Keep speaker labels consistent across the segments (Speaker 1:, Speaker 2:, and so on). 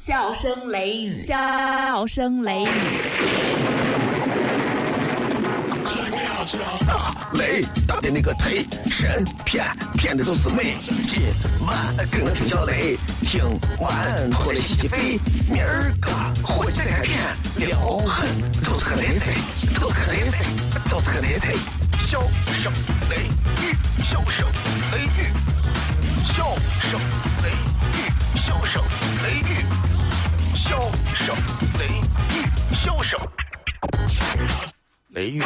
Speaker 1: 笑声雷雨，笑声雷雨。
Speaker 2: 大雷大的那个忒神骗的都是美。今晚跟我听小雷，听完回来洗洗肺。明儿个回去再看片，撩狠都是个雷贼，都是个雷贼，都是个雷贼。笑声雷雨，笑声雷雨，笑声雷雨，笑声雷雨，笑声雷雨，笑声雷雨。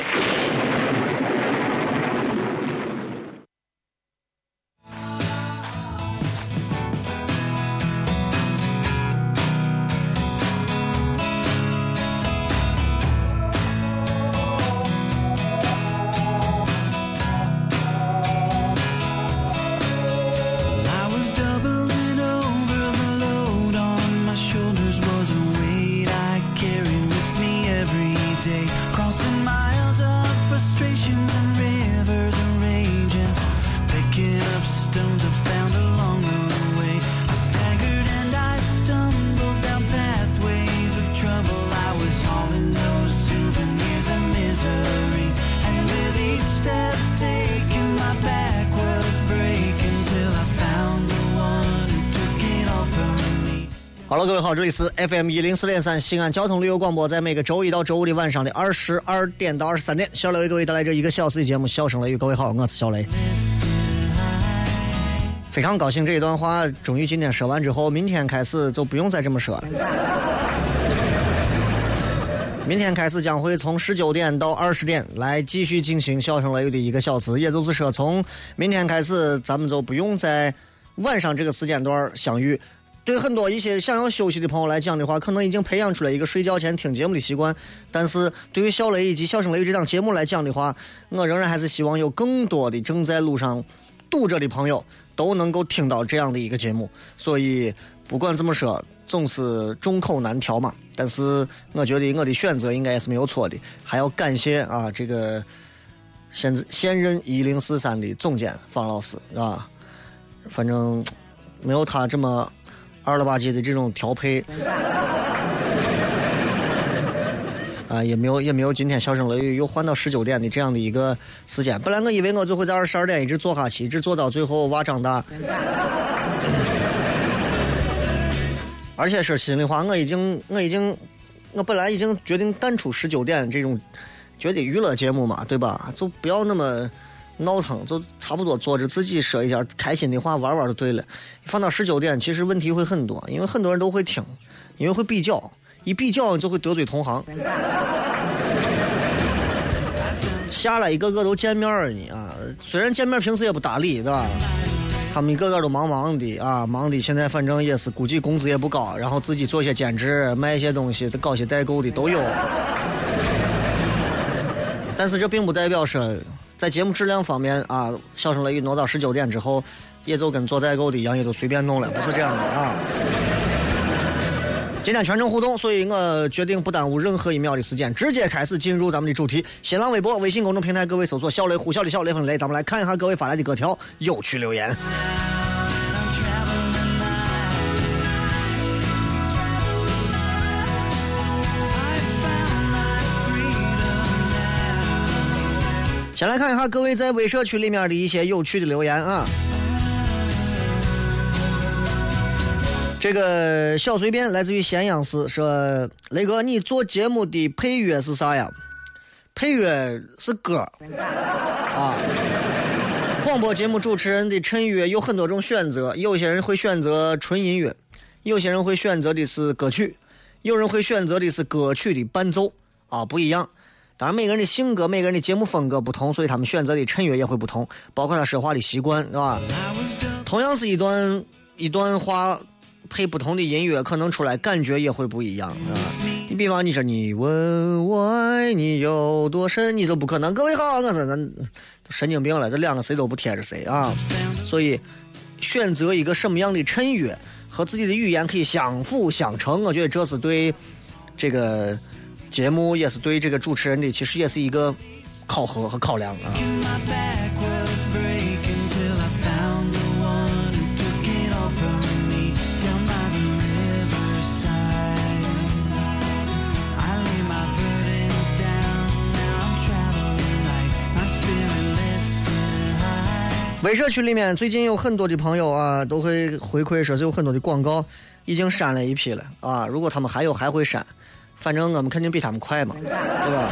Speaker 2: 好了，各位好，这里是 FM104.3 西安交通旅游广播，在每个周一到周五的晚上的22点到23点，小雷为各位带来这一个小时的节目，笑声雷雨。各位好，我是小雷。非常高兴这一段话终于今天说完之后，明天开始就不用再这么说了。明天开始将会从19点到20点来继续进行笑声雷雨的一个小时，也就是说从明天开始咱们就不用在晚上这个时间段相遇。对很多一些想要休息的朋友来讲的话，可能已经培养出来一个睡觉前听节目的习惯，但是对于小雷以及笑声雷雨这档节目来讲的话，我仍然还是希望有更多的正在路上堵着的朋友都能够听到这样的一个节目。所以不管怎么说，总是众口难调嘛，但是我觉得我的选择应该也是没有错的。还要感谢啊这个现任1043的总监方老师啊，反正没有他这么二了吧唧的这种调配啊，也没有今天笑声雷雨又换到19点的这样的一个时间。本来我以为我就会在22点一直做下去，一直做到最后娃长大。而且说心里话，我本来已经决定淡出19点这种绝对娱乐节目嘛，对吧？就不要那么闹腾，就差不多坐着自己说一下开心的话，玩玩就对了。放到19点，其实问题会很多，因为很多人都会听，因为会比较，一比较就会得罪同行。下来一个个都见面呢啊，虽然见面平时也不搭理，对吧？他们一个个都忙的啊，忙的现在反正也是估计工资也不高，然后自己做些兼职，卖一些东西，搞些代购的都有。但是这并不代表说在节目质量方面啊，笑声雷雨挪到19点之后，也就跟做代购的一样，也都随便弄了，不是这样的啊。今天全程互动，所以我决定不耽误任何一秒的时间，直接开始进入咱们的主题。新浪微博、微信公众平台，各位搜索小雷呼啸的小雷很雷，咱们来看一下各位发来的各条有趣留言。先来看一下各位在微社区里面的一些有趣的留言啊。这个小随便来自于咸阳市，说雷哥，你做节目的配乐是啥呀？配乐是歌啊。广播节目主持人的衬乐有很多种选择，有些人会选择纯音乐，有些人会选择的是歌曲，有人会选择的是歌曲的伴奏啊，不一样。当然每个人的性格，每个人的节目风格不同，所以他们选择的衬乐也会不同，包括他说话的习惯，是吧？同样是一段话配不同的音乐，可能出来感觉也会不一样啊。你比方你说你问我爱你有多深，你就不可能。各位好，我是咱神经病了，这两个谁都不贴着谁啊。所以选择一个什么样的衬乐和自己的语言可以相辅相成，我觉得这是对这个节目，也是对这个主持人的，其实也是一个考核和考量啊。 微社区里面最近有很多的朋友啊，都会回馈说是有很多的广告已经删了一批了啊。如果他们还会删，反正我们肯定比他们快嘛，对吧？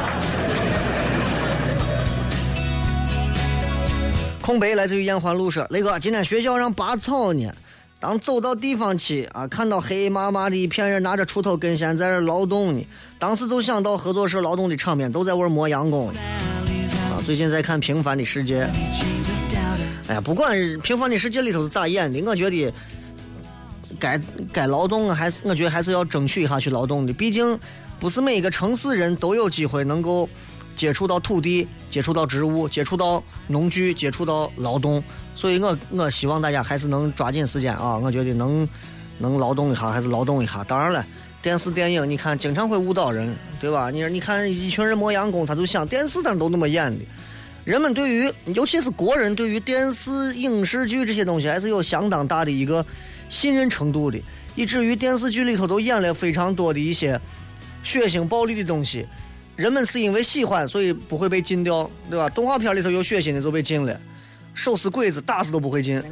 Speaker 2: 空白来自于燕环路说，雷哥，今天学校让拔草呢，当走到地方去啊，看到黑麻麻的一片人拿着锄头跟弦在这劳动呢，当时就想到合作社劳动的场面，都在玩磨洋工啊。最近在看《平凡的世界》，哎呀，不管《平凡的世界》里头是咋演的，我觉得该劳动，我觉得还是要争取一下去劳动的，毕竟不是每一个城市人都有机会能够接触到土地，接触到植物，接触到农具，接触到劳动，所以我希望大家还是能抓紧时间啊！我觉得能劳动一下还是劳动一下。当然了，电视电影你看经常会误导人，对吧？你看一群人磨洋工，他就想电视上都那么演的。人们对于，尤其是国人对于电视影视剧这些东西还是有相当大的一个信任程度的，以至于电视剧里头都演了非常多的一些血腥暴力的东西。人们是因为喜欢，所以不会被禁掉，对吧？动画片里头有血腥的就被禁了，手撕鬼子打死都不会禁。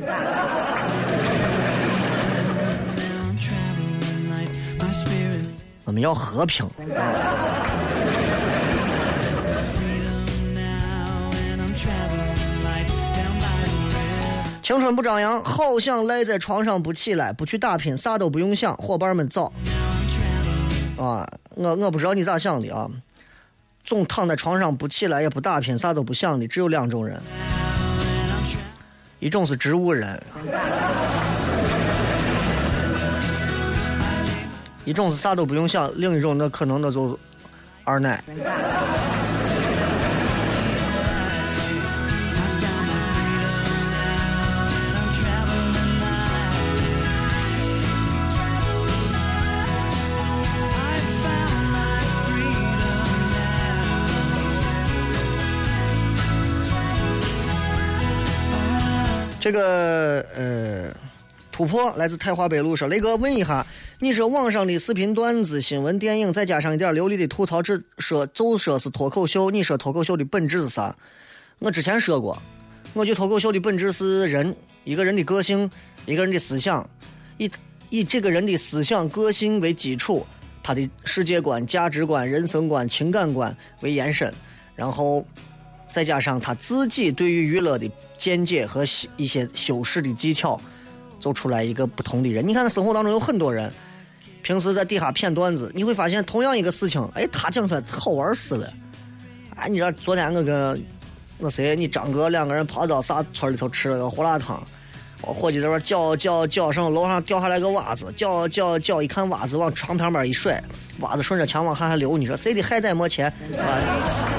Speaker 2: 我们要和平。青春不张扬，好想赖在床上不起来，不去打拼，啥都不用想，伙伴们早啊！我不知道你咋想的啊？总躺在床上不起来也不打拼啥都不想的只有两种人，一种是植物人，一种是啥都不用想，另一种那可能那就二奶。这个突破来自太华北路说，雷哥问一下，你说网上的视频段子、新闻、电影，再加上一点流利的吐槽，就说是脱口秀，你说脱口秀的本质是啥？我之前说过，我觉得脱口秀的本质是人，一个人的个性，一个人的思想，以这个人的思想个性为基础，他的世界观、价值观、人生观、情感观为延伸，然后再加上他自己对于娱乐的见解和一些修饰的技巧，走出来一个不同的人。你看生活当中有很多人平时在底下骗段子，你会发现同样一个事情，哎，他讲出来好玩死了。哎，你知道昨天我跟那谁，你张哥两个人跑到啥村里头吃了个胡辣汤，我伙计在那叫上楼上掉下来个袜子，叫一看袜子往床旁边一甩，袜子顺着墙往下还流，你说谁的海带没钱啊？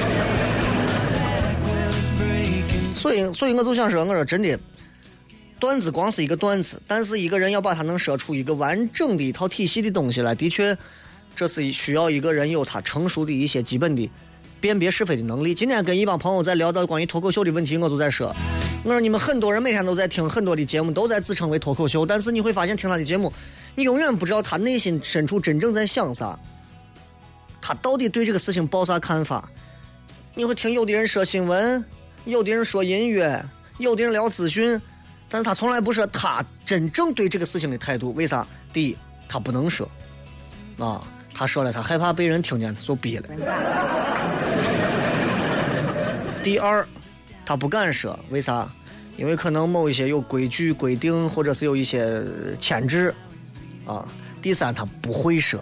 Speaker 2: 所以我就想说，我说真的，段子光是一个段子，但是一个人要把他能说出一个完整的一套体系的东西来，的确这是需要一个人有他成熟的一些基本的辨别是非的能力。今天跟一帮朋友在聊到关于脱口秀的问题，我就在说，我说你们很多人每天都在听很多的节目，都在自称为脱口秀，但是你会发现听他的节目，你永远不知道他内心深处真正在想啥，他到底对这个事情抱啥看法。你会听有的人说新闻，有的人说音乐，有的人聊资讯，但是他从来不说他真正对这个事情的态度。为啥？第一，他不能说啊，他说了他害怕被人听见，他就逼了。第二，他不敢说，为啥？因为可能某一些有规矩规定，或者是有一些牵制啊。第三，他不会说。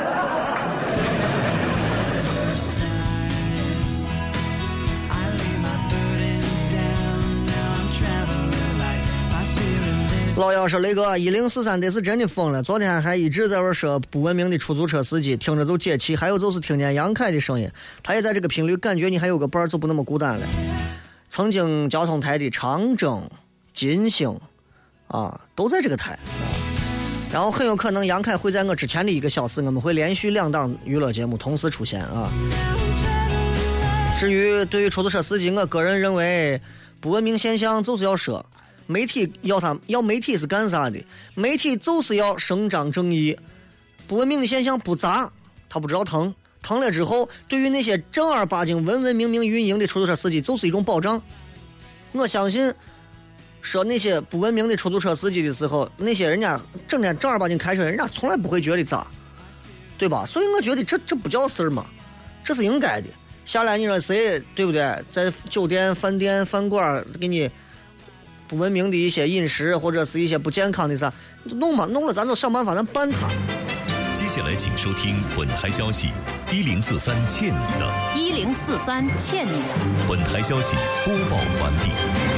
Speaker 2: 老姚说，雷哥1043得是真的疯了，昨天还一直在这说不文明的出租车司机，听着就解气。还有就是听见杨凯的声音，他也在这个频率，感觉你还有个伴儿就不那么孤单了。曾经交通台的长征、金星啊，都在这个台。然后很有可能杨凯会在我之前的1个小时，我们会连续2档娱乐节目同时出现啊。至于对于出租车司机，我个人认为不文明现象就是要说。媒体要媒体是干啥的？媒体就是要伸张正义。不文明的现象不砸，他不知道疼，疼了之后，对于那些正儿八经文文明明运营的出租车司机，就是一种保障。我相信说那些不文明的出租车司机的时候，那些人家整天正儿八经开车，人家从来不会觉得咋，对吧？所以我觉得这不叫事儿嘛，这是应该的。下来你说谁对不对？在酒店、饭店、饭馆给你不文明的一些饮食，或者是一些不健康的啥，弄嘛，弄了咱就想办法咱办他。
Speaker 3: 接下来请收听本台消息：1043欠你的
Speaker 1: 1043欠你的。
Speaker 3: 本台消息播报完毕。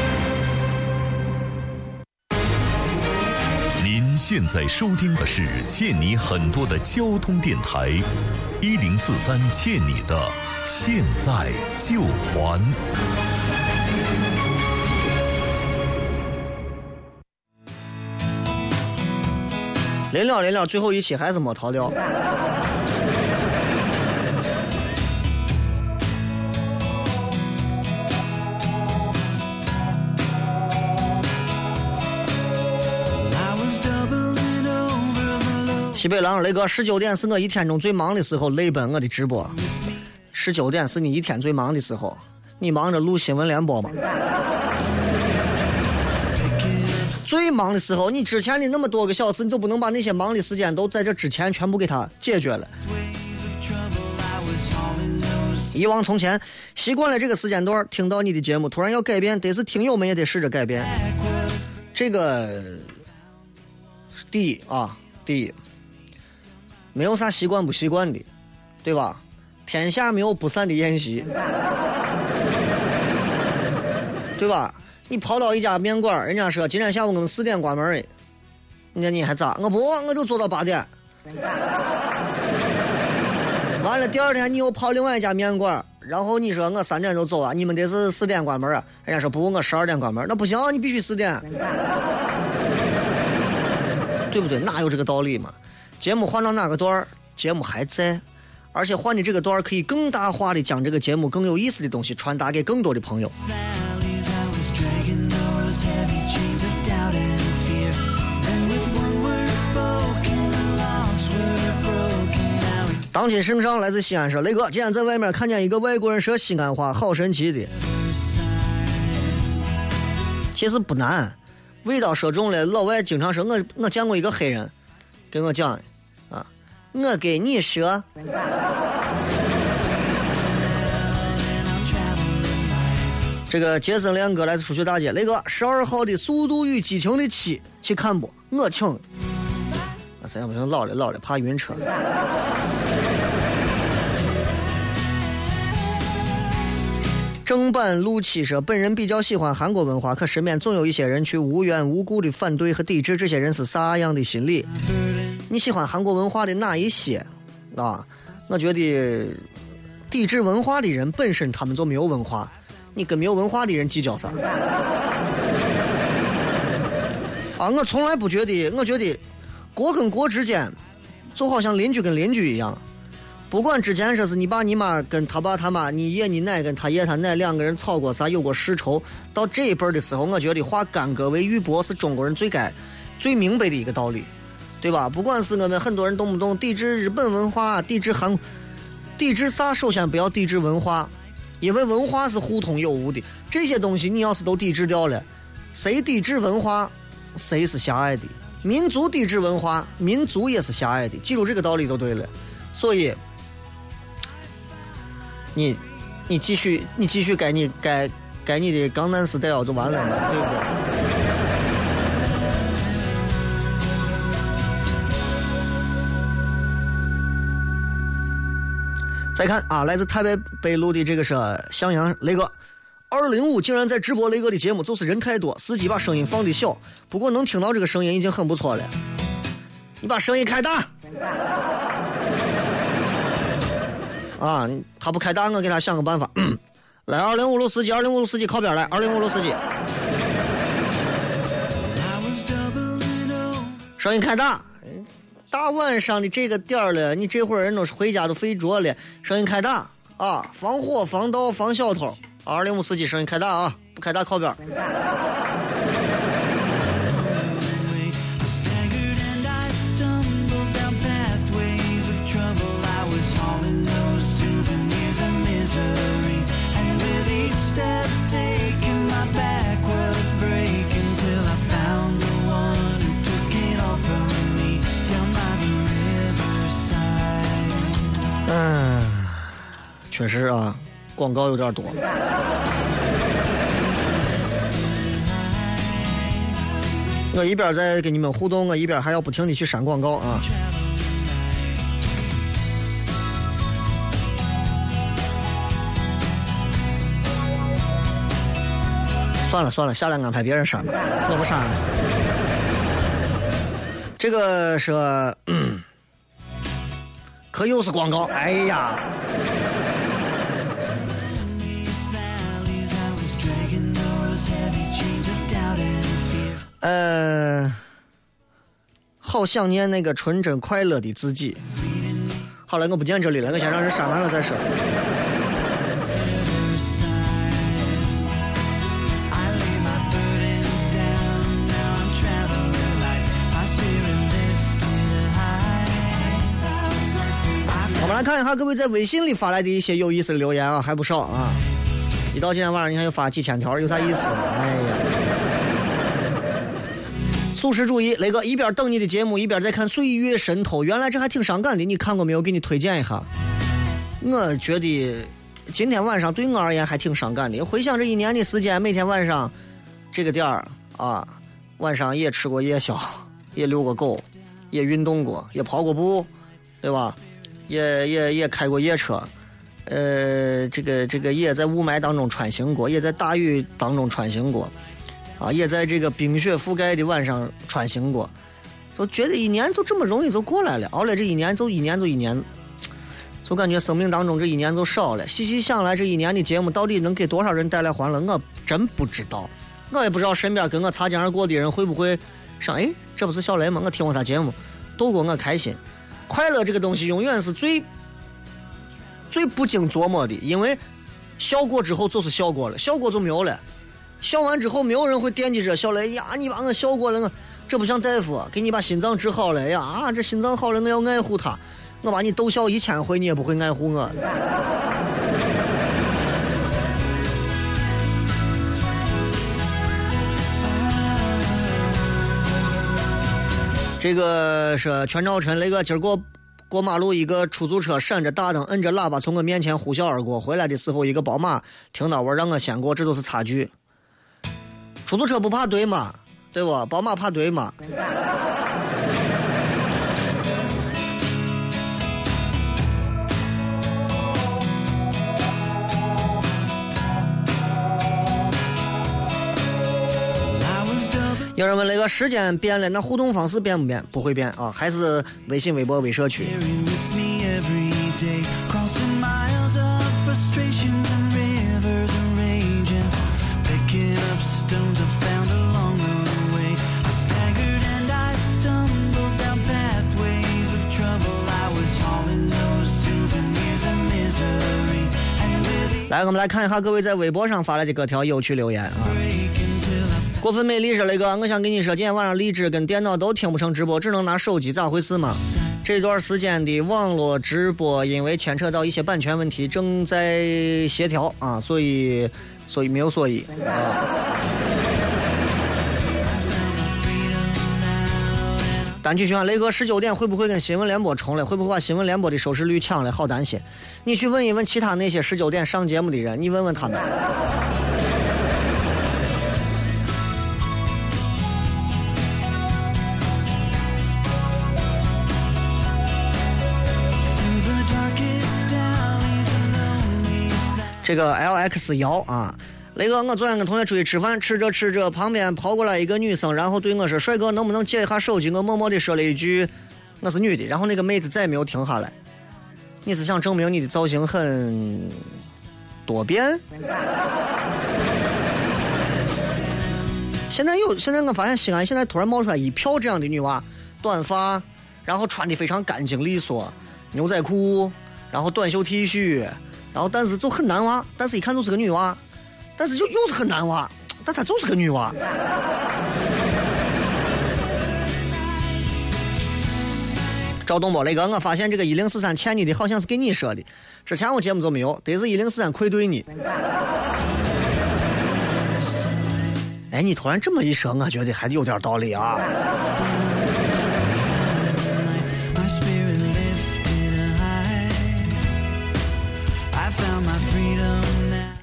Speaker 3: 您现在收听的是欠你很多的交通电台，1043欠你的，现在就还。
Speaker 2: 临了，最后一期还是没逃掉。西北狼雷哥，19点是我一天中最忙的时候，泪奔我的直播。19点是你一天最忙的时候，你忙着录新闻联播吗？最忙的时候，你之前的那么多个小时，你就不能把那些忙的时间都在这之前全部给它解决了。一往从前，习惯了这个时间段，听到你的节目，突然要改变，得是听友们也得试着改变。这个第一，没有啥习惯不习惯的，对吧？天下没有不散的宴席，对吧？你跑到一家面馆，人家说今天下午我们4点关门，你还咋？我就做到8点。完了第二天你又跑另外一家面馆，然后你说我3点就走了，你们得是4点关门啊？人家说不，我12点关门，那不行，你必须4点，对不对？哪有这个道理嘛？节目换到哪个段，节目还在，而且换的这个段可以更大化的将这个节目更有意思的东西传达给更多的朋友。当今圣上来自西安说，雷哥今天在外面看见一个外国人说西安话，好神奇的。其实不难，味道说中了。老外经常说，我见过一个黑人跟我讲啊，我给你说。这个杰森亮哥来自出去大街，雷哥12号的《速度与激情的7》去看不？我请。那咱不行，老了，怕晕车。正版陆七说，本人比较喜欢韩国文化，可身边总有一些人去无缘无故的反对和抵制，这些人是啥样的心理？你喜欢韩国文化的哪一些啊？我觉得抵制文化的人本身他们就没有文化，你跟没有文化的人计较啥？啊，我从来不觉得，我觉得国跟国之间就好像邻居跟邻居一样，不管之前说是你爸你妈跟他爸他妈，你爷你奶跟他爷他奶两个人吵过啥，有过世仇，到这一辈的时候，我觉得化干戈为玉帛是中国人最明白的一个道理，对吧？不管是我们很多人动不动抵制日本文化，抵制啥，首先不要抵制文化，因为文化是互通有无的，这些东西你要是都抵制掉了，谁抵制文化谁是狭隘的，民族抵制文化民族也是狭隘的，记住这个道理就对了。所以你继续改你的江南 style 就完了嘛，对不对？再看啊，来自台北路的这个是襄阳雷哥，205竟然在直播雷哥的节目，就是人太多，司机把声音放的小，不过能听到这个声音已经很不错了。你把声音开大啊！他不开大，我给他想个办法。来，205路司机，205路司机靠边来，205路司机，声音开大。大晚上的这个点儿了，你这会儿人都是回家都睡着了，声音开大啊！防火、防盗、防小偷。205司机声音开大啊，不开大靠边。 确实啊，广告有点多。我一边在跟你们互动，我一边还要不停地去删广告啊。算了，下来安排别人删吧，我不删了。这个是，可又是广告，哎呀！好想念那个纯真快乐的自己。好了，我不见这里了，我先让人删完了再说。我们来看一下各位在微信里发来的一些有意思的留言啊，还不少啊！一到今天晚上你看又发几千条，有啥意思？哎呀！素食主义，雷哥一边等你的节目，一边在看《岁月神偷》，原来这还挺伤感的，你看过没有？给你推荐一下。我觉得今天晚上对我而言还挺伤感的，回想这一年的时间，每天晚上这个点儿啊，晚上也吃过夜宵，也遛过狗，也运动过，也跑过步，对吧？也开过夜车，这个也在雾霾当中穿行过，也在大雨当中穿行过，啊，也在这个冰雪覆盖的晚上穿行过，就觉得一年就这么容易就过来了，熬了这一年，就感觉生命当中这一年就少了。细细想来，这一年的节目到底能给多少人带来欢乐，我真不知道。我也不知道身边跟我擦肩而过的人会不会上，哎，这不是小雷吗？我听过他节目，逗过我开心。快乐这个东西永远是最不经琢磨的，因为笑过之后就是笑过了，笑过就没有了。笑完之后没有人会惦记着笑了呀，你把我笑过了，这不像大夫给你把心脏治好了呀，啊，这心脏好了我要爱护它，我把你逗笑1000回你也不会爱护我。这个是全兆晨，雷哥今儿过马路，一个出租车闪着大灯，摁着喇叭从我面前呼啸而过，回来的时候一个宝马听到我让我先过，这就是差距。出租车不怕堆嘛，对不？宝马怕堆嘛。有人问那个时间变了，那互动方式变不变？不会变啊，还是微信、微博、微社区。来，我们来看一下各位在微博上发来的各条有趣留言啊。过分美丽是雷哥，我想跟你说，今天晚上荔枝跟电脑都听不成直播，只能拿手机，咋回事嘛？这段时间的网络直播因为牵扯到一些版权问题，正在协调啊，所以没有所以啊。单曲循环，雷哥19点会不会跟新闻联播重了？会不会把新闻联播的收视率抢了？好担心。你去问一问其他那些19点上节目的人，你问问他们。这个 LX1啊，雷哥，我昨天跟同学出去吃饭，吃着，旁边跑过来一个女生，然后对我说：“帅哥，能不能借一下手机？”我默默地说了一句：“我是女的。”然后那个妹子再也没有停下来。你是想证明你的造型很多变？现在我发现西安现在突然冒出来一票这样的女娃，短发，然后穿的非常干净利索，牛仔裤，然后短袖 T 恤。然后但是就很男娃，但是一看就是个女娃，但是又是很男娃，但她就是个女娃。赵东宝雷哥，我发现这个1043欠你的好像是给你说的，之前我节目就没有，得是1043愧对你。哎，你突然这么一说，我觉得还有点道理啊。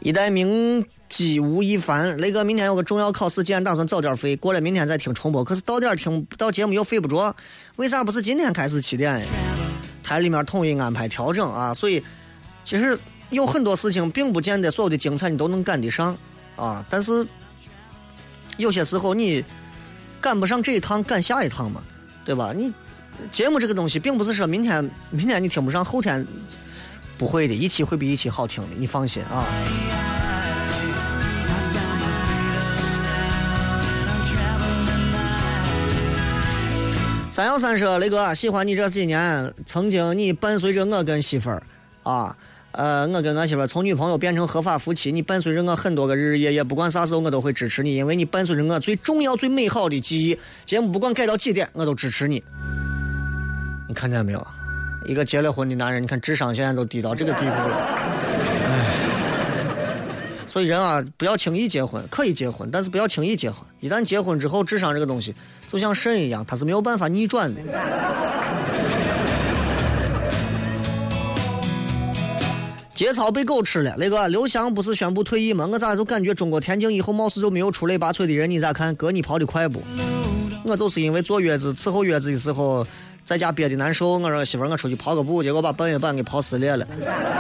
Speaker 2: 一代名机吴亦凡，雷哥明天有个重要考试，既然打算早点飞，过来明天再听重播。可是到点听到节目又睡不着，为啥不是今天开始7点？台里面统一安排调整啊，所以其实有很多事情并不见得所有的精彩你都能赶得上啊，但是有些时候你赶不上这一趟，赶下一趟嘛，对吧？你节目这个东西并不是说明天你听不上，后天不会的，一期会比一期好听的，你放心啊。313说，雷哥喜欢你这几年，曾经你伴随着我跟媳妇儿啊，我跟我媳妇儿从女朋友变成合法夫妻，你伴随着我很多个日日夜夜，不管啥时候我都会支持你，因为你伴随着我最重要最美好的记忆。节目不管改到几点，我都支持你。你看见没有？一个结了婚的男人，你看智商现在都低到这个地步了。所以人啊，不要轻易结婚，可以结婚，但是不要轻易结婚。一旦结婚之后，智商这个东西就像肾一样，它是没有办法逆转的。节操被狗吃了，那个刘翔不是宣布退役吗？我咋就感觉中国田径以后貌似就没有出类拔萃的人？你咋看？哥，你跑得快不？我就是因为坐月子伺候月子的时候，在家憋的难受，我说媳妇儿我出去跑个步，结果把半月板给跑撕裂了。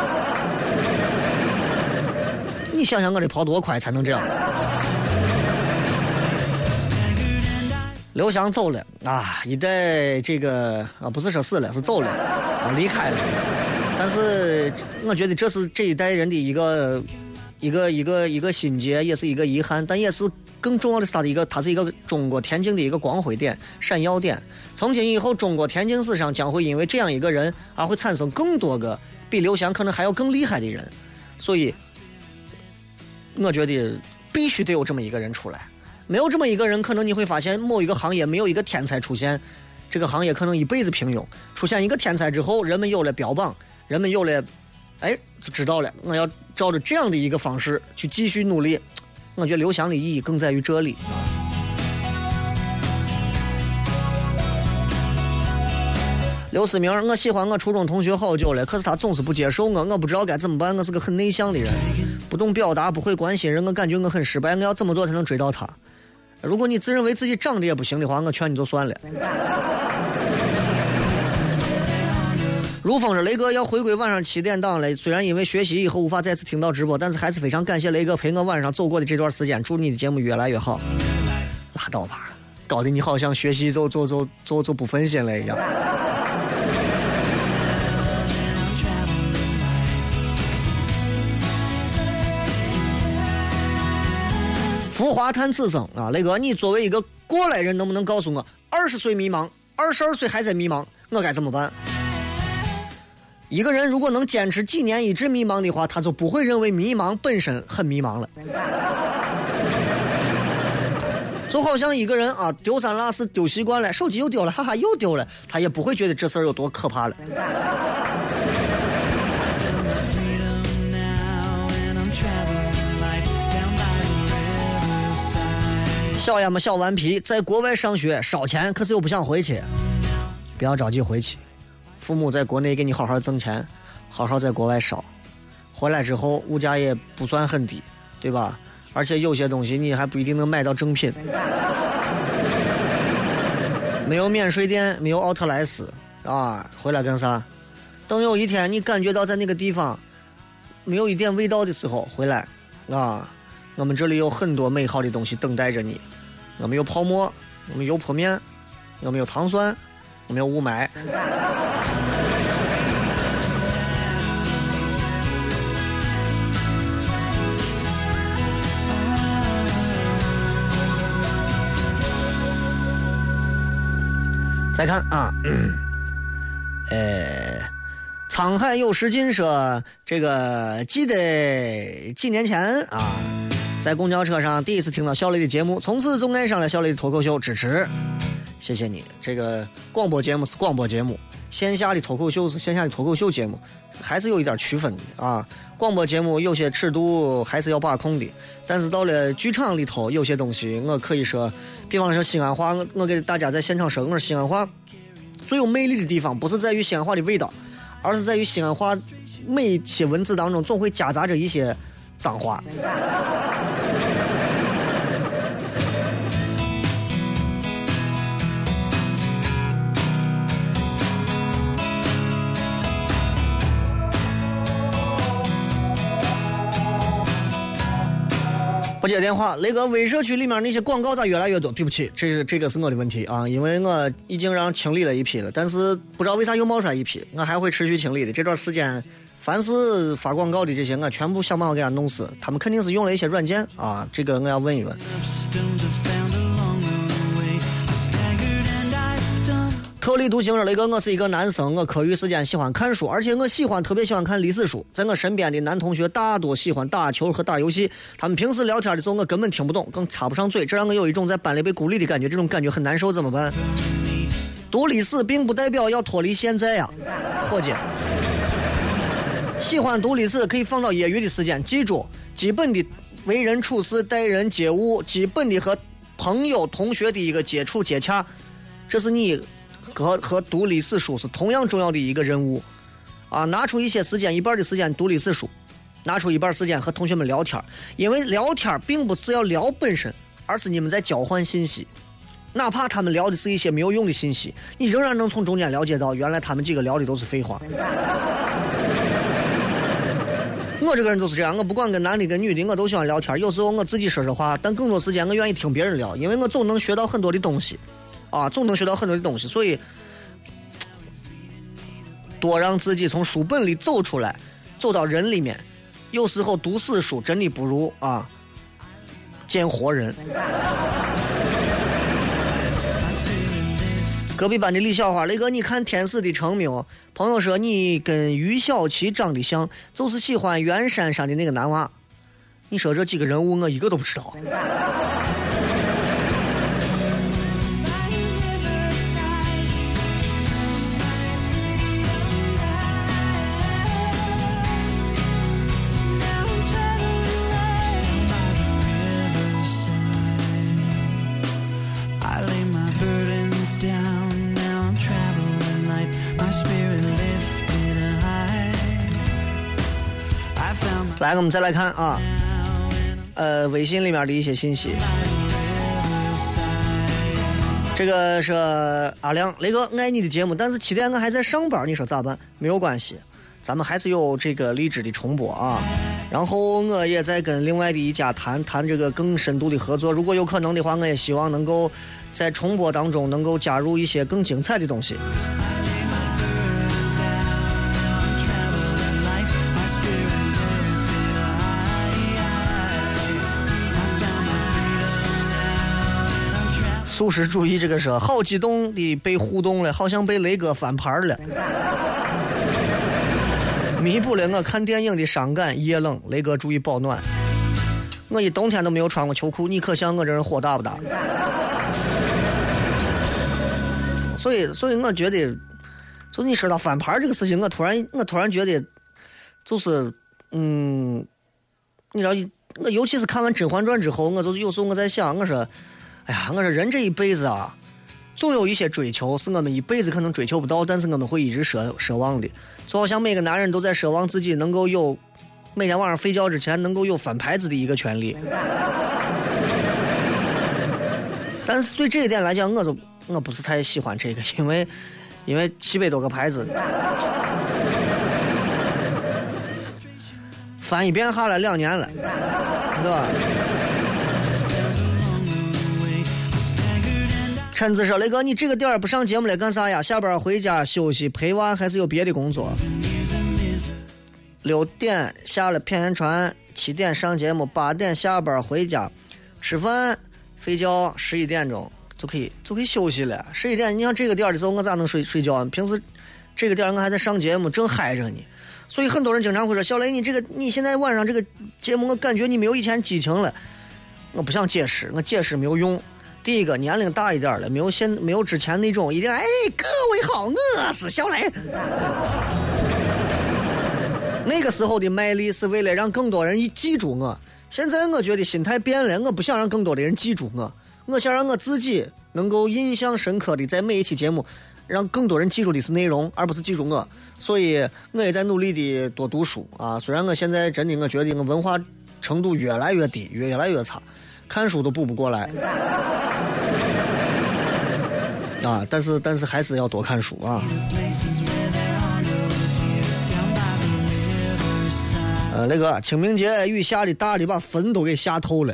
Speaker 2: 你想想我得跑多快才能这样？刘翔走了啊，一代这个啊，不是说死了，是走了啊，离开了。但是我觉得这是这一代人的一个心结，也是一个遗憾，但也是更重要的是它是一个中国田径的一个光辉点、闪耀点。从今以后，中国田径史上将会因为这样一个人而会产生更多个比刘翔可能还要更厉害的人，所以我觉得必须得有这么一个人出来。没有这么一个人，可能你会发现某一个行业没有一个天才出现，这个行业可能一辈子平庸。出现一个天才之后，人们有了标榜，人们有了就知道了，我要照着这样的一个方式去继续努力。我觉得刘翔的意义更在于这里。刘思明，我喜欢我初中同学好久了，可是他总是不接受我不知道该怎么办。我是个很内向的人，不懂表达，不会关心人，我感觉我很失败。我要怎么做才能追到他？如果你自认为自己长得也不行的话，我劝你就算了。如风说，雷哥要回归晚上7点档了，虽然因为学习以后无法再次听到直播，但是还是非常感谢雷哥陪我晚上走过的这段时间，祝你的节目越来越好。拉倒吧，搞得你好像学习就不分心了一样。浮华叹此生啊，雷哥，你作为一个过来人，能不能告诉我，20岁迷茫，22岁还在迷茫，我该怎么办？一个人如果能坚持几年一直迷茫的话，他就不会认为迷茫本身很迷茫了。就好像一个人啊，丢三落四丢习惯了，手机又丢了，哈哈又丢了，他也不会觉得这事儿有多可怕了。小呀嘛小顽皮，在国外上学烧钱，可是又不想回去，不要着急回去。父母在国内给你好好挣钱，好好在国外烧，回来之后物价也不算很低，对吧？而且有些东西你还不一定能买到正品。没有免税店，没有奥特莱斯啊，回来干啥？等有一天你感觉到在那个地方没有一点味道的时候，回来啊，我们这里有很多美好的东西等待着你。我们有泡沫，我们有油泼面，我们有糖酸，我们有雾霾。再看啊，沧海有时尽说，这个记得几年前啊，在公交车上第一次听到小雷的节目，从此就爱上了小雷的脱口秀，支持，谢谢你。这个广播节目是广播节目，线下的脱口秀是线下的脱口秀节目，还是有一点区分的啊。广播节目有些尺度还是要把控的，但是到了剧场里头，有些东西我可以说，比方说西安话，我给大家在现场说，我说西安话最有魅力的地方，不是在于西安话的味道，而是在于西安话每一些文字当中总会夹杂着一些脏话。不接电话，雷哥，微社区里面那些广告咋越来越多？对不起，这个是我的问题啊，因为我已经让清理了一批了，但是不知道为啥又冒出来一批，我还会持续清理的。这段时间，凡是发广告的这些，我全部想办法给他弄死。他们肯定是用了一些软件啊，这个我要问一问。特立独行说，雷哥，我是一个男生，我课余时间喜欢看书，而且我特别喜欢看历史书。在我身边的男同学大多喜欢打球和打游戏，他们平时聊天的时候我根本听不懂，更插不上嘴，这让我有一种在班里被孤立的感觉，这种感觉很难受，怎么办？读历史并不代表要脱离现在呀，伙计。喜欢读历史可以放到业余的时间，记住基本的为人处事、待人接物，基本的和朋友、同学的一个接触接洽，这是你和读历史书是同样重要的一个任务啊！拿出一些时间，一半的时间读历史书，拿出一半时间和同学们聊天，因为聊天并不是要聊本身，而是你们在交换信息。哪怕他们聊的是一些没有用的信息，你仍然能从中间了解到，原来他们几个聊的都是废话。我这个人就是这样，我不管跟男的跟女的，我都喜欢聊天。有时候我自己说说话，但更多时间我愿意听别人聊，因为我总能学到很多的东西。总能学到很多的东西，所以多让自己从书本里走出来，走到人里面。有时候读死书真的不如见活人。隔壁班的李小花，雷哥，你看天使的成名，朋友说你跟于小琪长得像，就是喜欢袁姗姗的那个男娃。你说这几个人物我一个都不知道。来，我们再来看微信里面的一些信息。这个是阿亮，雷哥，爱你的节目，但是7点我还在上班，你说咋办？没有关系，咱们还是有这个励志的重播啊。然后我也在跟另外的一家谈这个更深度的合作，如果有可能的话，我也希望能够在重播当中能够加入一些更精彩的东西。素食主义这个是好激动的被互动了，好像被雷哥翻盘了，弥补了我看电影的伤感。夜冷，雷哥注意保暖。我一冬天都没有穿过秋裤，你可想我这人火大不大？所以我觉得，就你说到翻盘这个事情，我突然觉得，就是你知道，我尤其是看完《甄嬛传》之后，我就是有时候我在想，我说人这一辈子啊，总有一些追求是我们一辈子可能追求不到，但是我们会一直奢望的。就好像每个男人都在奢望自己能够有每天晚上睡觉之前能够有翻牌子的一个权利。但是对这一点来讲，我不是太喜欢这个，因为700多个牌子，翻一遍下来2年了，对吧？陈子说，雷哥，你这个点儿不上节目来干啥呀？下班回家休息陪娃，还是有别的工作？6点下了片言传，7点上节目，8点下班回家吃饭睡觉，11点钟就可以休息了。11点，你像这个点的时候我咋能睡觉？平时这个点我还在上节目，正嗨着呢。所以很多人经常会说，小雷，你现在晚上这个节目，我感觉你没有以前激情了。我不想解释，我解释没有用。第一个，年龄大一点了，没有之前那种一定各位好，我是小雷。那个时候的卖力是为了让更多人记住我。现在我觉得心态变了，我不想让更多的人记住我想让我自己能够印象深刻的在每一期节目，让更多人记住的是内容，而不是记住我。所以我也在努力的多读书啊。虽然我现在真的我觉得我文化程度越来越低，越来越差，看书都补不过来啊！但是还是要多看书啊。那个清明节雨下的大的把坟都给下透了。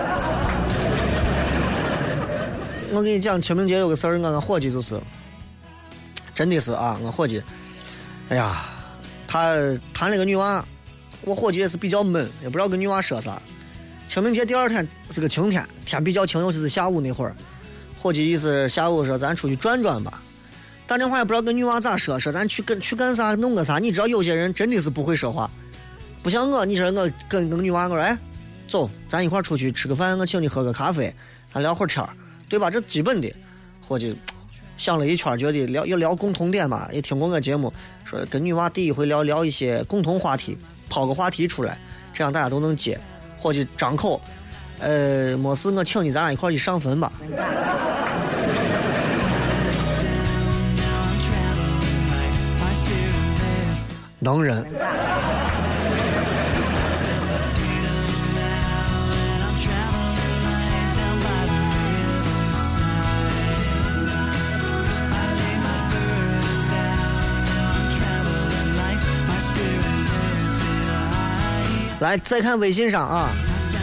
Speaker 2: 我跟你讲，清明节有个事儿，我伙计就是，真的是啊，我伙计，哎呀，他谈了个女娃，我伙计也是比较闷，也不知道跟女娃说啥。清明节第二天是个晴天，天比较晴，尤其是下午那会儿，伙计意思下午说咱出去转转吧。打电话也不知道跟女娃咋说咱去干啥弄个啥。你知道有些人真的是不会说话，不像我，你说我跟女娃我说，哎，走，咱一块出去吃个饭，我请你喝个咖啡，咱聊会儿天，对吧？这基本的。伙计想了一圈，觉得聊共同点嘛，也听过个节目说跟女娃第一回聊一些共同话题，抛个话题出来，这样大家都能接。伙计张口，没事，我请你咱俩一块去上坟吧。能人。来，再看微信上啊，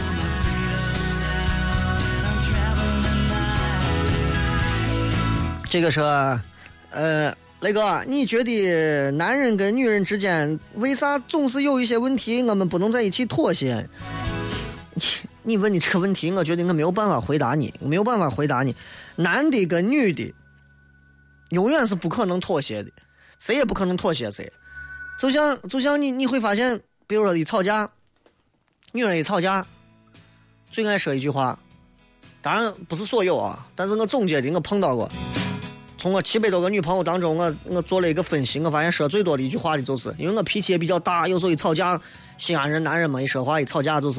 Speaker 2: 这个是雷哥，你觉得男人跟女人之间为啥总是有一些问题我们不能在一起妥协？你问你这个问题，我觉得我没有办法回答你，男的跟女的永远是不可能妥协的，谁也不可能妥协谁。就像你会发现，比如说一吵架，女人一吵架最爱说一句话，当然不是所有啊，但是我总结的，我碰到过，从我700多个女朋友当中，我做了一个分析，我发现说最多的一句话的就是，因为我脾气也比较大，有时候一吵架，西安人男人嘛，一说话一吵架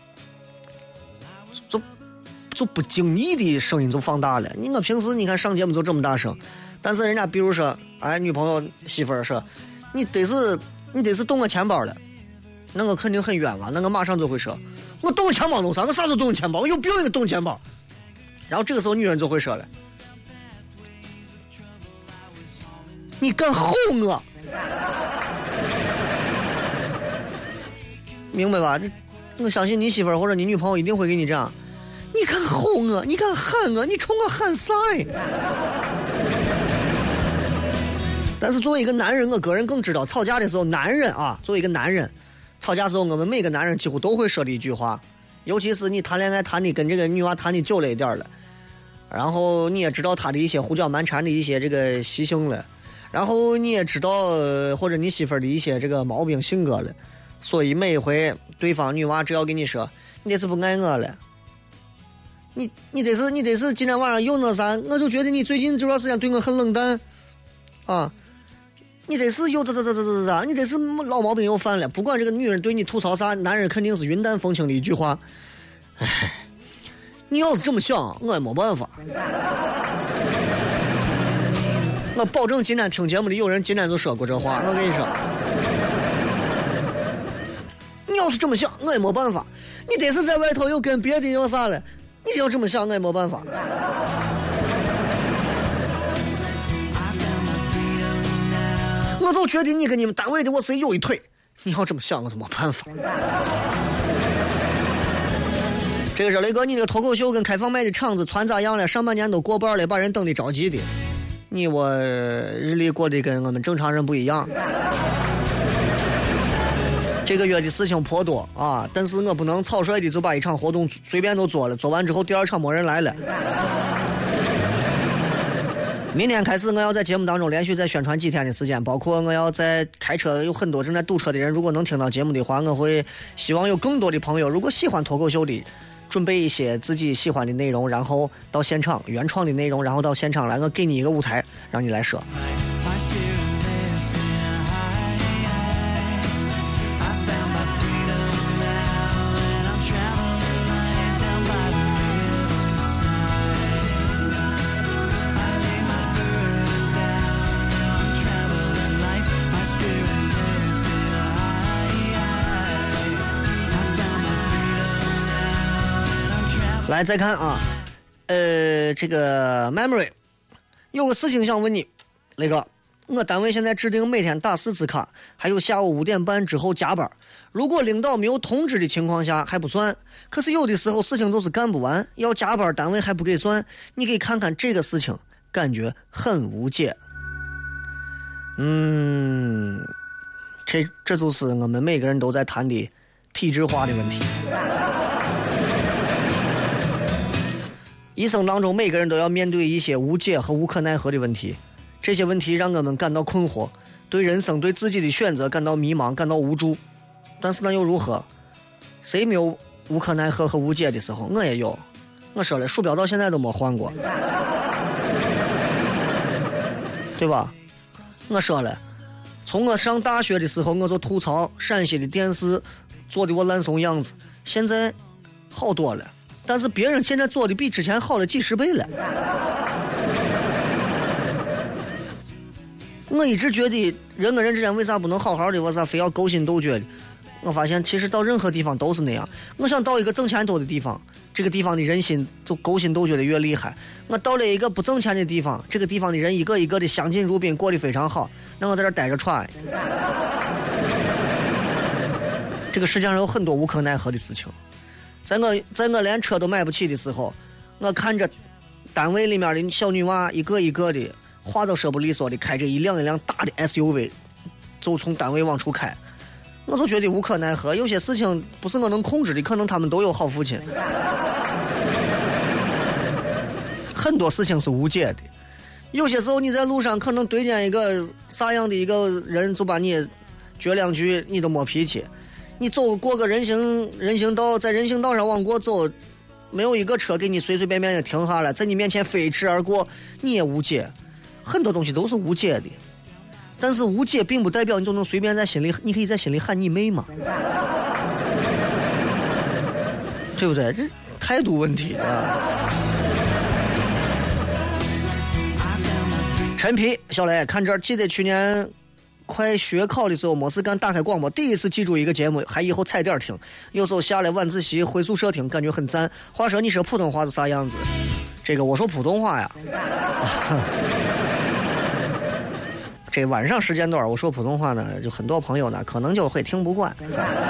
Speaker 2: 就不经意的声音就放大了。我平时你看上节目就这么大声，但是人家比如说，哎，女朋友媳妇儿说，你得是动我钱包了，那我肯定很冤枉，那我马上就会说，我动我钱包弄啥？我啥时候动我钱包？我有病一个动钱包。然后这个时候女人就会说了，你敢吼我？明白吧？我相信你媳妇儿或者你女朋友一定会给你这样，你敢吼我？你敢喊我？你冲我喊啥？但是作为一个男人，我个人更知道，吵架的时候，男人啊，作为一个男人，吵架的时候，我们每个男人几乎都会说的一句话，尤其是你谈恋爱谈的跟这个女娃谈的久了一点了，然后你也知道她的一些胡搅蛮缠的一些这个习性了，然后你也知道或者你媳妇儿的一些这个毛病性格了，所以每一回对方女娃只要跟你说，你这是不爱我了，你得是今天晚上又那啥，我就觉得你最近这段时间对我很冷淡啊。你得是有你得是老毛病又犯了。不管这个女人对你吐槽啥，男人肯定是云淡风轻的一句话。哎，你要是这么想，我也没办法。我保证今天听节目里有人今天就说过这话。我跟你说，你要是这么想，我也没办法。你得是在外头又跟别的又啥了，你要这么想，我也没办法。我就觉得你跟你们单位的我谁有一腿，你要这么想我就没办法。这个是雷哥，你的脱口秀跟开放麦的场子传咋样了？上半年都过半了，把人等的着急的。我日历过得跟我们正常人不一样。这个月的事情颇多啊，但是我不能草率的就把一场活动随便都做了，做完之后第二场没人来了。明天开始我要在节目当中连续再宣传几天的时间，包括我要在开车，有很多正在堵车的人，如果能听到节目的话，我会希望有更多的朋友，如果喜欢脱口秀的，准备一些自己喜欢的内容，然后到现场原创的内容，然后到现场来，我给你一个舞台让你来说。 来再看啊，这个 memory 有个事情想问你，那个我单位现在制定每天打4次卡，还有下午5点半之后加班。如果领导没有通知的情况下还不算，可是有的时候事情都是干不完，要加班单位还不给算，你可以看看这个事情，感觉很无解。这就是我们每个人都在谈的体制化的问题。一生当中每个人都要面对一些无解和无可奈何的问题，这些问题让我们感到困惑，对人生对自己的选择感到迷茫，感到无助。但是那又如何？谁没有无可奈何和无解的时候？我也有。我说了，鼠标到现在都没换过，对吧？我说了，从我上大学的时候我就吐槽陕西的电视做的我烂怂样子，现在好多了，但是别人现在做的比之前好了几十倍了。我一直觉得人跟人之间为啥不能好好的，为啥非要勾心斗角的？我发现其实到任何地方都是那样。我想到一个挣钱多的地方，这个地方的人心就勾心斗角的越厉害。我到了一个不挣钱的地方，这个地方的人一个一个的相敬如宾，过得非常好，那我在这待着喘。这个世界上有很多无可奈何的事情。在我连车都买不起的时候，我看着单位里面的小女娃一个一个的话都说不利索的开着一辆一辆大的 SUV 就从单位往出开，我就觉得无可奈何。有些事情不是我能控制的，可能他们都有好父亲。很多事情是无解的，有些时候你在路上可能对见一个啥样的一个人，就把你撅两句你都没脾气。你走过个人行道，在人行道上往过走，没有一个车给你随随便便就停下来，在你面前飞驰而过，你也无解。很多东西都是无解的，但是无解并不代表你就能随便在心里，你可以在心里喊你妹嘛，对不对？这态度问题啊。陈皮小雷看这儿，记得去年快学考的时候没事干，打开广播第一次记住一个节目，还以后踩点听，有时候下来晚自习回宿舍听，感觉很赞。话说你说普通话是啥样子？这个我说普通话呀。这晚上时间段我说普通话呢，就很多朋友呢可能就会听不惯。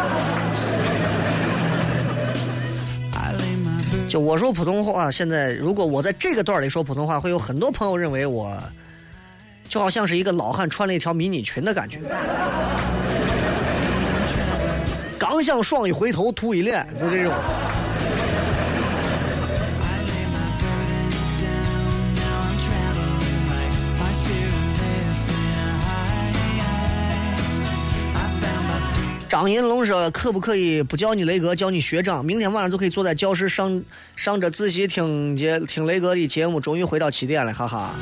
Speaker 2: 就我说普通话，现在如果我在这个段里说普通话，会有很多朋友认为我就好像是一个老汉穿了一条迷你裙的感觉。刚想爽一回头吐一脸，就这种。张银龙说可不可以不叫你雷哥，叫你学长，明天晚上就可以坐在教室上着自习听雷哥的节目，终于回到起点了，哈哈。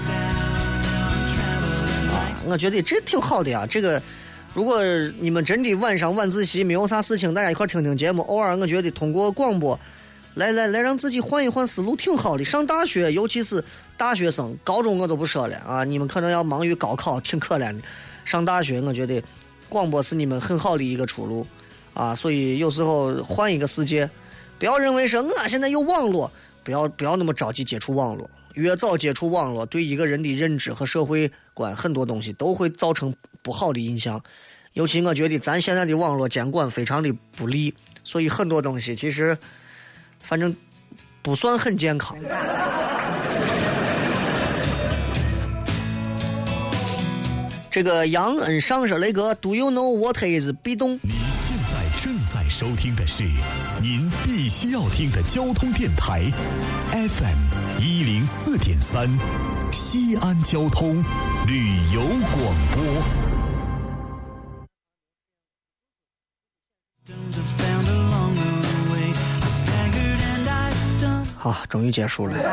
Speaker 2: 我觉得这挺好的呀，这个如果你们真的晚上晚自习没有啥事情，大家一块听听节目，偶尔我觉得通过广播来让自己换一换思路挺好的。上大学尤其是大学生，高中我都不说了啊，你们可能要忙于高考，挺可怜的。上大学我觉得广播是你们很好的一个出路啊，所以有时候换一个世界，不要认为说我现在有网络，不要那么着急接触网络，越早接触网络，对一个人的认知和社会观很多东西都会造成不好的影响。尤其我觉得咱现在的网络监管非常的不利，所以很多东西其实反正不算很健康。这个杨恩上说雷哥 Do you know what is 壁咚？
Speaker 3: 您现在正在收听的是您必须要听的交通电台 FM 104.3西安交通旅游广播。
Speaker 2: 好，终于结束了。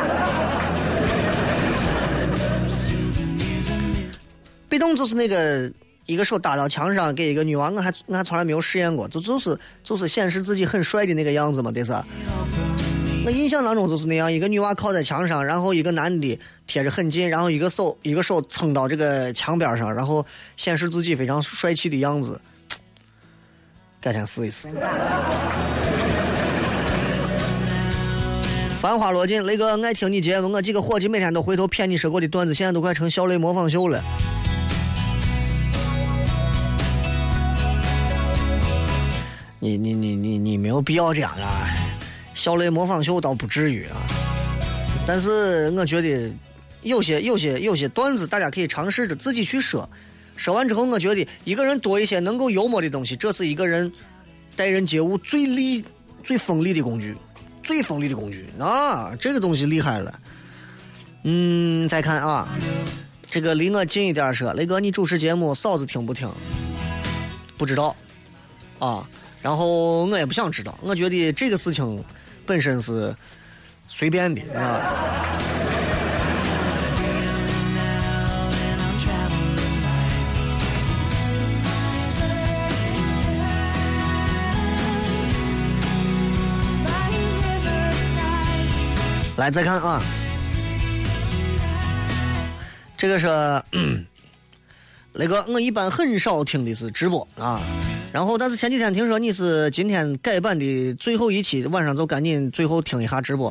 Speaker 2: 壁咚就是那个一个手搭到墙上给一个女娃，我还从来没有试验过，就是显示自己很帅的那个样子嘛，对是。我印象当中就是那样，一个女娃靠在墙上，然后一个男的贴着很近，然后一个手撑到这个墙边上，然后显示自己非常帅气的样子。改天试一试。 繁花落尽，雷哥爱听你节目，我几个伙计每天都回头骗你说过的段子，现在都快成小雷模仿秀了。你没有必要这样啊，小雷模仿秀倒不至于啊，但是我觉得有些段子大家可以尝试着自己去说完之后，我觉得一个人多一些能够幽默的东西，这是一个人待人接物最锋利的工具，啊，这个东西厉害了。再看啊，这个离我近一点说，雷哥你主持节目嫂子听不听？不知道啊，然后我也不想知道，我觉得这个事情本身是随便的啊。来再看啊，这个是雷哥，我一般很少听的是直播啊，然后但是前几天听说你是今天改版的最后一期，晚上就赶紧最后听一下直播。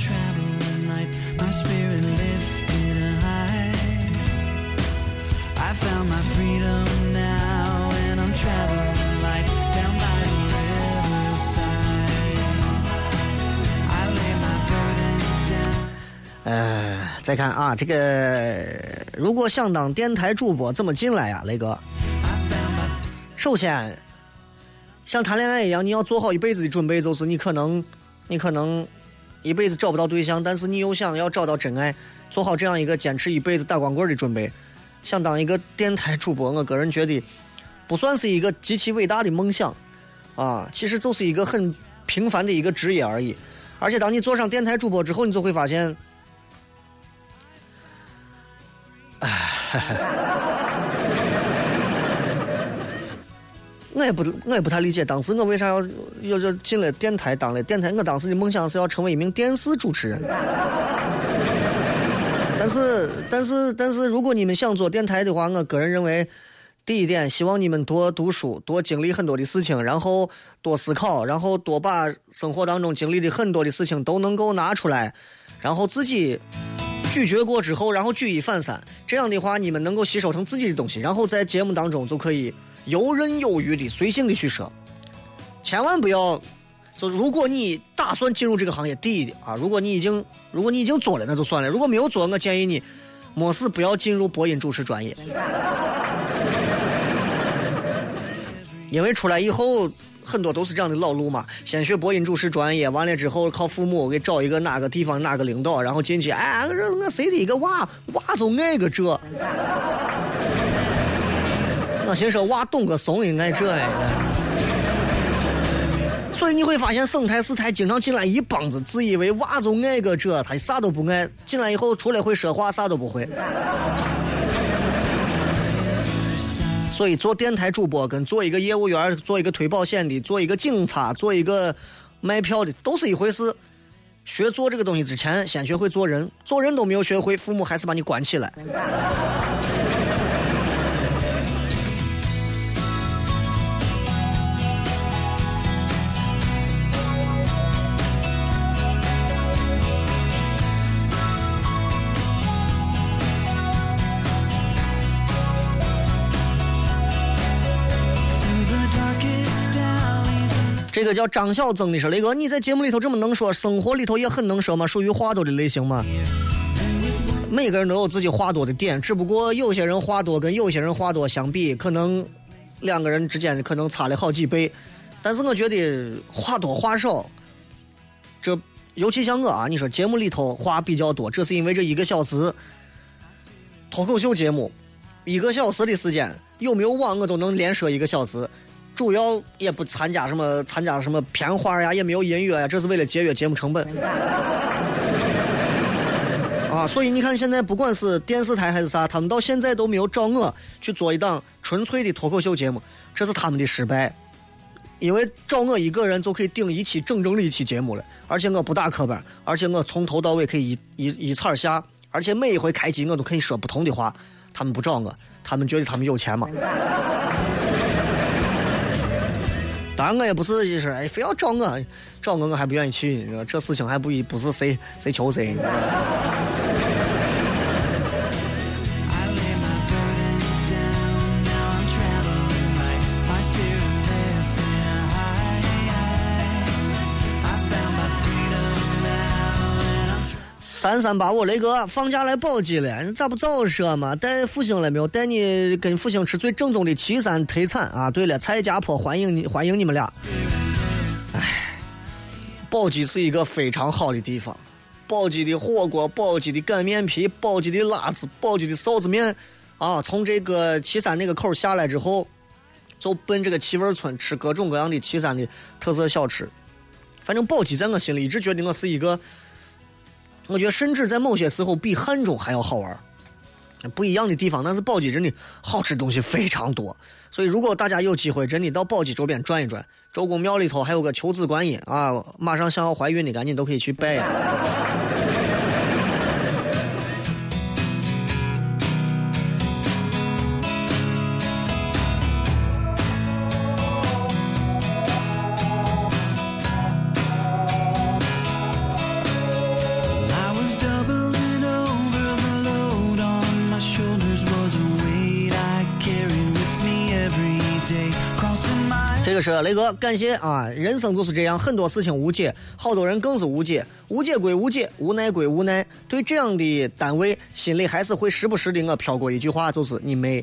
Speaker 2: 再看啊，这个如果想当电台主播怎么进来呀，雷哥？首先像谈恋爱一样，你要做好一辈子的准备，就是你可能一辈子找不到对象，但是你又想要找到真爱，做好这样一个坚持一辈子打光棍的准备。想当一个电台主播，我个人觉得不算是一个极其伟大的梦想啊，其实就是一个很平凡的一个职业而已。而且当你做上电台主播之后，你就会发现我也不太理解，当时我为啥要进了电台当了电台？我当时的梦想是要成为一名电视主持人。但是，如果你们想做电台的话，我个人认为，第一点，希望你们多读书，多经历很多的事情，然后多思考，然后多把生活当中经历的很多的事情都能够拿出来，然后自己咀嚼过之后，然后举一反三，这样的话你们能够吸收成自己的东西，然后在节目当中就可以游刃有余的随性的去说。千万不要，就如果你打算进入这个行业，第一的啊，如果你已经做了那就算了，如果没有做，我建议你没事不要进入播音主持专业，因为出来以后很多都是这样的老路嘛，先学播音主持专业，完了之后靠父母给找一个哪个地方哪个领导，然后进去，哎，我谁的一个娃就爱个这，我先说娃懂个怂应该这样。所以你会发现省台四台经常进来一帮子自以为娃就爱个这，他啥都不爱，进来以后除了会说话啥都不会。所以做电台主播跟做一个业务员，做一个推保险的，做一个警察，做一个卖票的都是一回事。学做这个东西之前先学会做人，做人都没有学会，父母还是把你关起来。这个叫张小曾的说，雷哥你在节目里头这么能说，生活里头也很能说吗？属于话多的类型吗？每个人都有自己话多的点，只不过有些人话多跟有些人话多相比，可能两个人之间可能差了好几倍。但是我觉得话多话少，这尤其像我啊，你说节目里头话比较多，这是因为这1个小时脱口秀节目1个小时的时间，有没有网我都能连说1个小时。主要也不参加什么片花呀，也没有音乐呀，这是为了节约节目成本啊。所以你看现在不管是电视台还是啥，他们到现在都没有找我去做一档纯粹的脱口秀节目，这是他们的失败。因为找我一个人就可以顶一期整的一期节目了，而且我不打磕巴，而且我从头到尾可以一踩下，而且每一回开机我都可以说不同的话。他们不找我，他们觉得他们有钱嘛。 当然我也不是就是非要找我还不愿意去，这事情还不是谁求谁。3385雷哥放假来宝鸡了，你咋不早说嘛？带复兴了没有？带你跟复兴吃最正宗的岐山特产啊！对了，蔡家坡欢迎你们俩。哎，宝鸡是一个非常好的地方，宝鸡的火锅，宝鸡的擀面皮，宝鸡的辣子，宝鸡的臊子面啊！从这个岐山那个口下来之后，就奔这个七味村吃各种各样的岐山的特色小吃。反正宝鸡在我心里一直觉得我是一个。我觉得甚至在某些时候比汉中还要好玩，不一样的地方。但是宝鸡真的好吃的东西非常多，所以如果大家有机会真的到宝鸡周边转一转，周公庙里头还有个求子观音啊，马上想要怀孕的赶紧都可以去拜呀。这个是雷哥，感谢啊！人生就是这样，很多事情无解，好多人更是无解，无解归无解，无奈归无奈。对这样的单位，心里还是会时不时的我飘过一句话，就是你妹。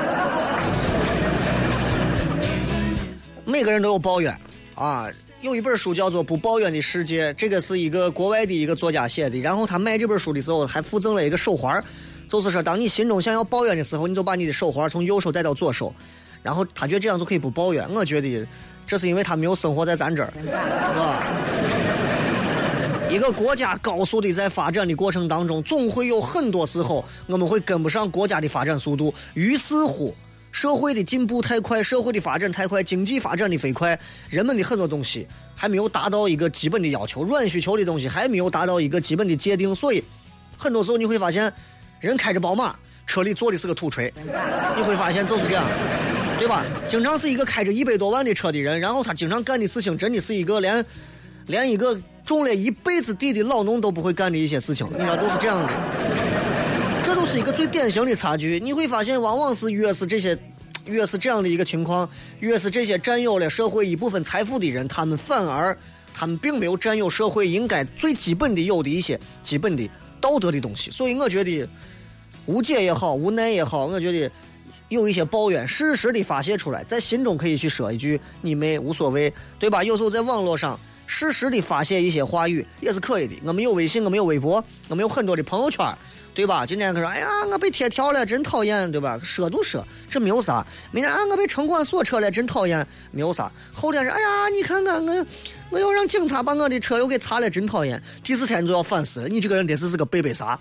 Speaker 2: 每个人都有抱怨啊，有一本书叫做《不抱怨的世界》，这个是一个国外的一个作家写的，然后他卖这本书的时候还附赠了一个手环，就是说当你心中想要抱怨的时候，你就把你的手环从右手带到左手。然后他觉得这样就可以不抱怨，我觉得这是因为他没有生活在咱这儿，啊。一个国家高速的在发展的过程当中，总会有很多时候我们会跟不上国家的发展速度，于是乎社会的进步太快，社会的发展太快，经济发展的飞快，人们的很多东西还没有达到一个基本的要求，软需求的东西还没有达到一个基本的界定，所以很多时候你会发现人开着宝马，车里坐的是个土锤，你会发现就是这样，对吧？经常是一个开着100多万的车的人，然后他经常干的事情真的是一个连一个种了一辈子地的老农都不会干的一些事情，你知道都是这样的。这都是一个最典型的差距。你会发现往往是越是这样的一个情况，越是这些占有了社会一部分财富的人，他们并没有占有社会应该最基本的有的一些基本的道德的东西。所以我觉得无解也好，无奈也好，我觉得有一些抱怨适时的发泄出来，在心中可以去说一句你没无所谓，对吧？有时候在网络上适时的发泄一些话语也是可以的。我们有微信，我们有微博，我们有很多的朋友圈，对吧？今天可说哎呀我被贴条了真讨厌，对吧？说都说这没有啥。明天我被城管锁车了真讨厌，没有啥。后天是哎呀你看看我要让警察把我的车又给查了真讨厌。第4天就要反思了，你这个人得是个背啥。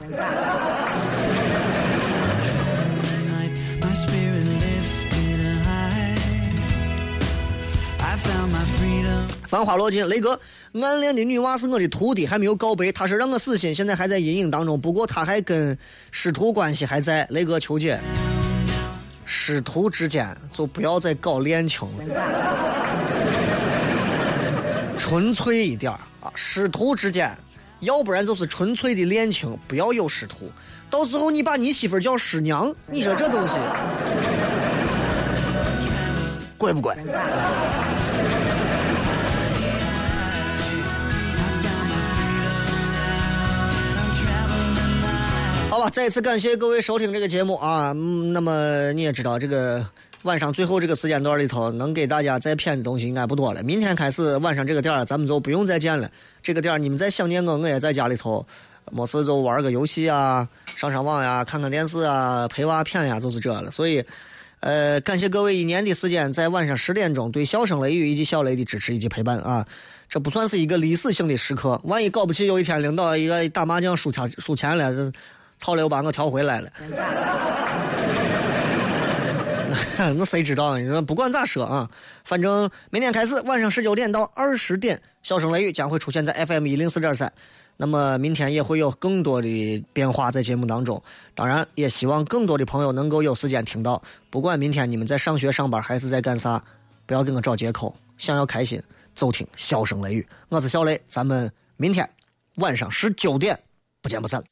Speaker 2: 繁花落尽，雷哥，暗恋的女娃是我的徒弟，还没有告白，他是让我死心，现在还在阴影当中。不过他还跟师徒关系还在，雷哥求解。师徒之间就不要再搞恋情了，纯粹一点啊！师徒之间，要不然就是纯粹的恋情，不要有师徒。到时候你把你媳妇叫师娘，你说这东西怪不怪？好吧，再一次感谢各位收听这个节目啊。那么你也知道，这个晚上最后这个时间段里头，能给大家再骗的东西应该不多了。明天开始晚上这个点咱们就不用再见了。这个点你们再想念我也在家里头，没事就玩个游戏啊，上网呀，看看电视啊，陪娃骗呀，就是这了。所以感谢各位1年的时间，在晚上10点钟对笑声雷雨以及小雷的支持以及陪伴啊。这不算是一个历史性的时刻，万一搞不起有一天领导一个打麻将输钱了，操了又把我调回来了。那谁知道呢？不管咋说啊，反正明天开始晚上19点到20点，笑声雷雨将会出现在 FM104.3。那么明天也会有更多的变化在节目当中，当然也希望更多的朋友能够有时间听到。不管明天你们在上学上班还是在干啥，不要给我找借口想要开心，就听笑声雷雨。我是小雷，咱们明天晚上19点不见不散。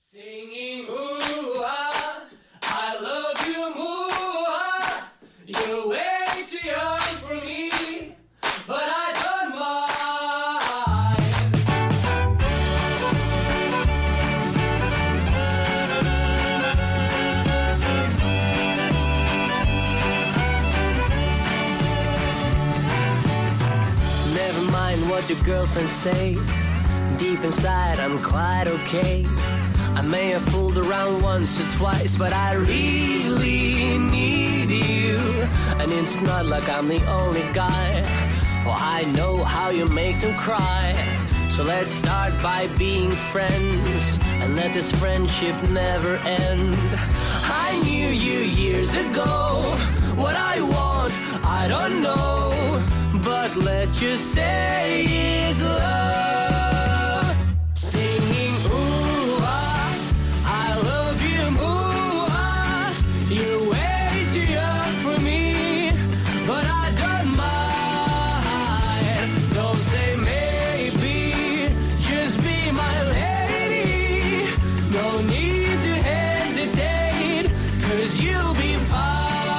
Speaker 4: What your girlfriends say, deep inside I'm quite okay. I may have fooled around once or twice, but I really need you. And it's not like I'm the only guy. Well, I know how you make them cry. So let's start by being friends and let this friendship never end. I knew you years ago. What I want, I don't know. But let's just say it's love. Singing ooh ah, I love you ooh ah. You're way too young for me, but I don't mind. Don't say maybe, just be my lady. No need to hesitate, 'cause you'll be fine.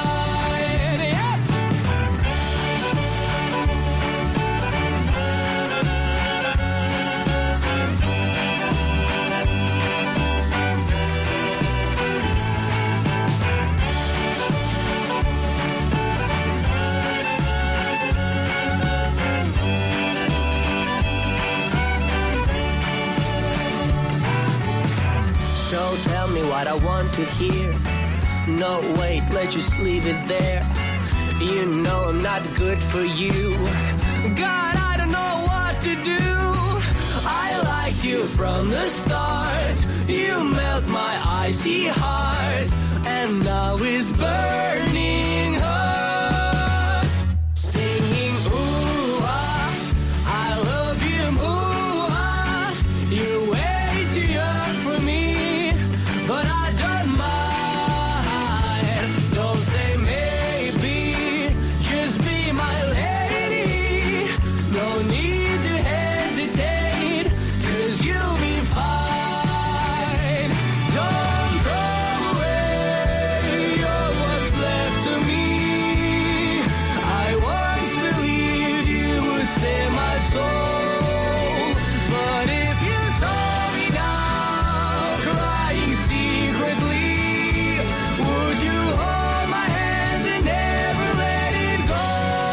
Speaker 4: So tell me what I want to hear. No, wait, let's just leave it there. You know I'm not good for you. God, I don't know what to do. I liked you from the start. You melt my icy heart. And now it's burning hot. Singing ooh ah, I love you ooh ah. You're way too young for me, but I don't mind. Don't say maybe, just be my lady. No need to hesitate, 'cause you'll be fine. Don't throw away all what's left of me. I once believed you would save my soul, but if you saw me now crying secretly, would you hold my hand and never let it go?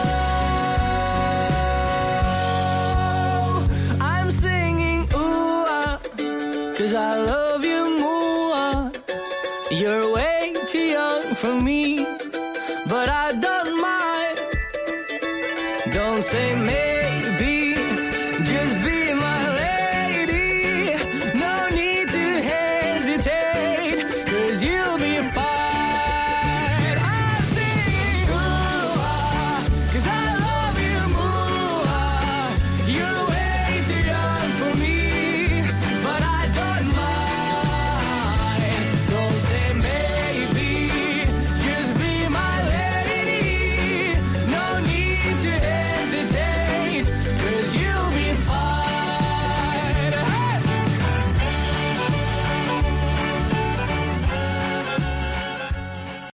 Speaker 4: I'm singing ooh ah, 'cause I love you more. You're way too young for me, but I don't mind. Don't say maybe, just be